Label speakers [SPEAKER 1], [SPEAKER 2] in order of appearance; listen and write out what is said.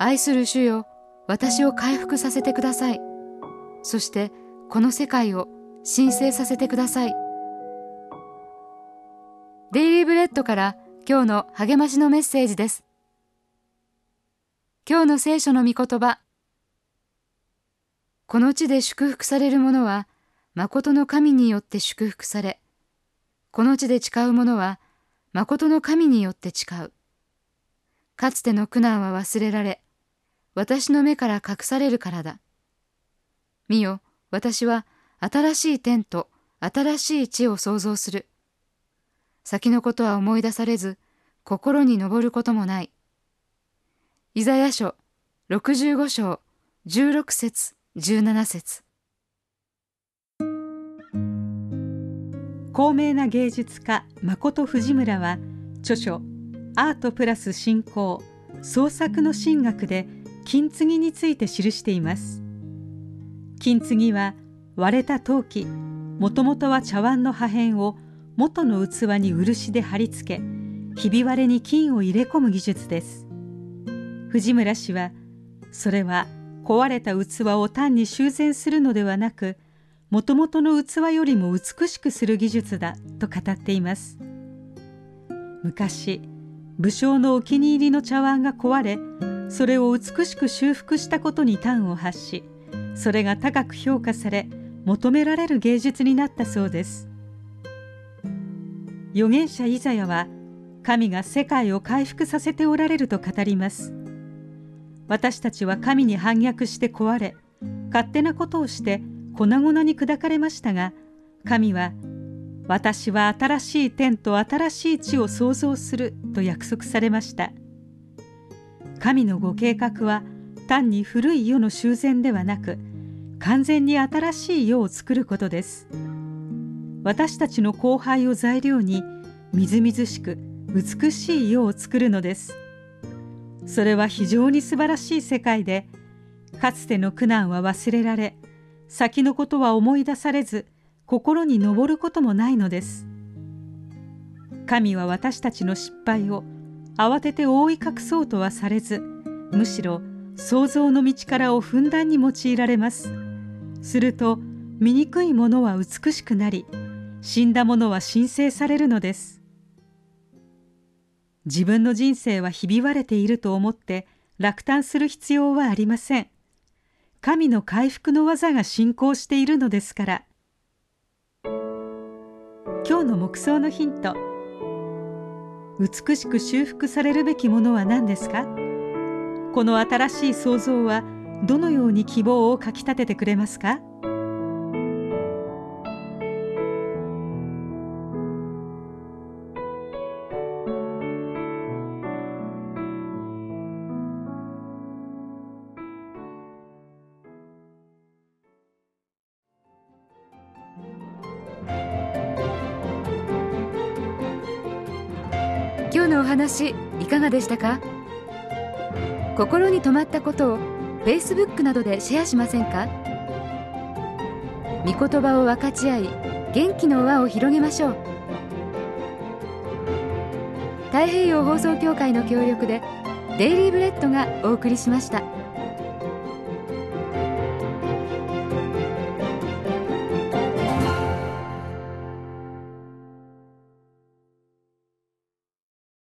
[SPEAKER 1] 愛する主よ、私を回復させてください。そしてこの世界を神聖させてください。デイリーブレッドから今日の励ましのメッセージです。今日の聖書の御言葉。この地で祝福される者は、誠の神によって祝福され、この地で誓う者は、誠の神によって誓う。かつての苦難は忘れられ、私の目から隠されるからだ。見よ、私は新しい天と新しい地を創造する。先のことは思い出されず、心に上ることもない。イザヤ書65章16節17節。
[SPEAKER 2] 高名な芸術家誠藤村は著書アートプラス信仰創作の神学で金継ぎについて記しています。金継ぎは割れた陶器、もともとは茶碗の破片を元の器に漆で貼り付け、ひび割れに金を入れ込む技術です。藤村氏は、それは壊れた器を単に修繕するのではなく、もともとの器よりも美しくする技術だと語っています。昔、武将のお気に入りの茶碗が壊れ、それを美しく修復したことに端を発し、それが高く評価され、求められる芸術になったそうです。預言者イザヤは、神が世界を回復させておられると語ります。私たちは神に反逆して壊れ、勝手なことをして粉々に砕かれましたが、神は、私は新しい天と新しい地を創造すると約束されました。神のご計画は単に古い世の修繕ではなく、完全に新しい世を作ることです。私たちの荒廃を材料に、みずみずしく美しい世を作るのです。それは非常に素晴らしい世界で、かつての苦難は忘れられ、先のことは思い出されず、心に上ることもないのです。神は私たちの失敗を慌てて覆い隠そうとはされず、むしろ創造の道からをふんだんに用いられます。すると、醜いものは美しくなり、死んだものは神聖されるのです。自分の人生はひび割れていると思って落胆する必要はありません。神の回復の技が進行しているのですから。今日の黙想のヒント。美しく修復されるべきものは何ですか？この新しい創造はどのように希望をかきたててくれますか？
[SPEAKER 1] 今日のお話いかがでしたか？心に留まったことを Facebook などでシェアしませんか？御言葉を分かち合い、元気の輪を広げましょう。太平洋放送協会の協力でデイリーブレッドがお送りしました。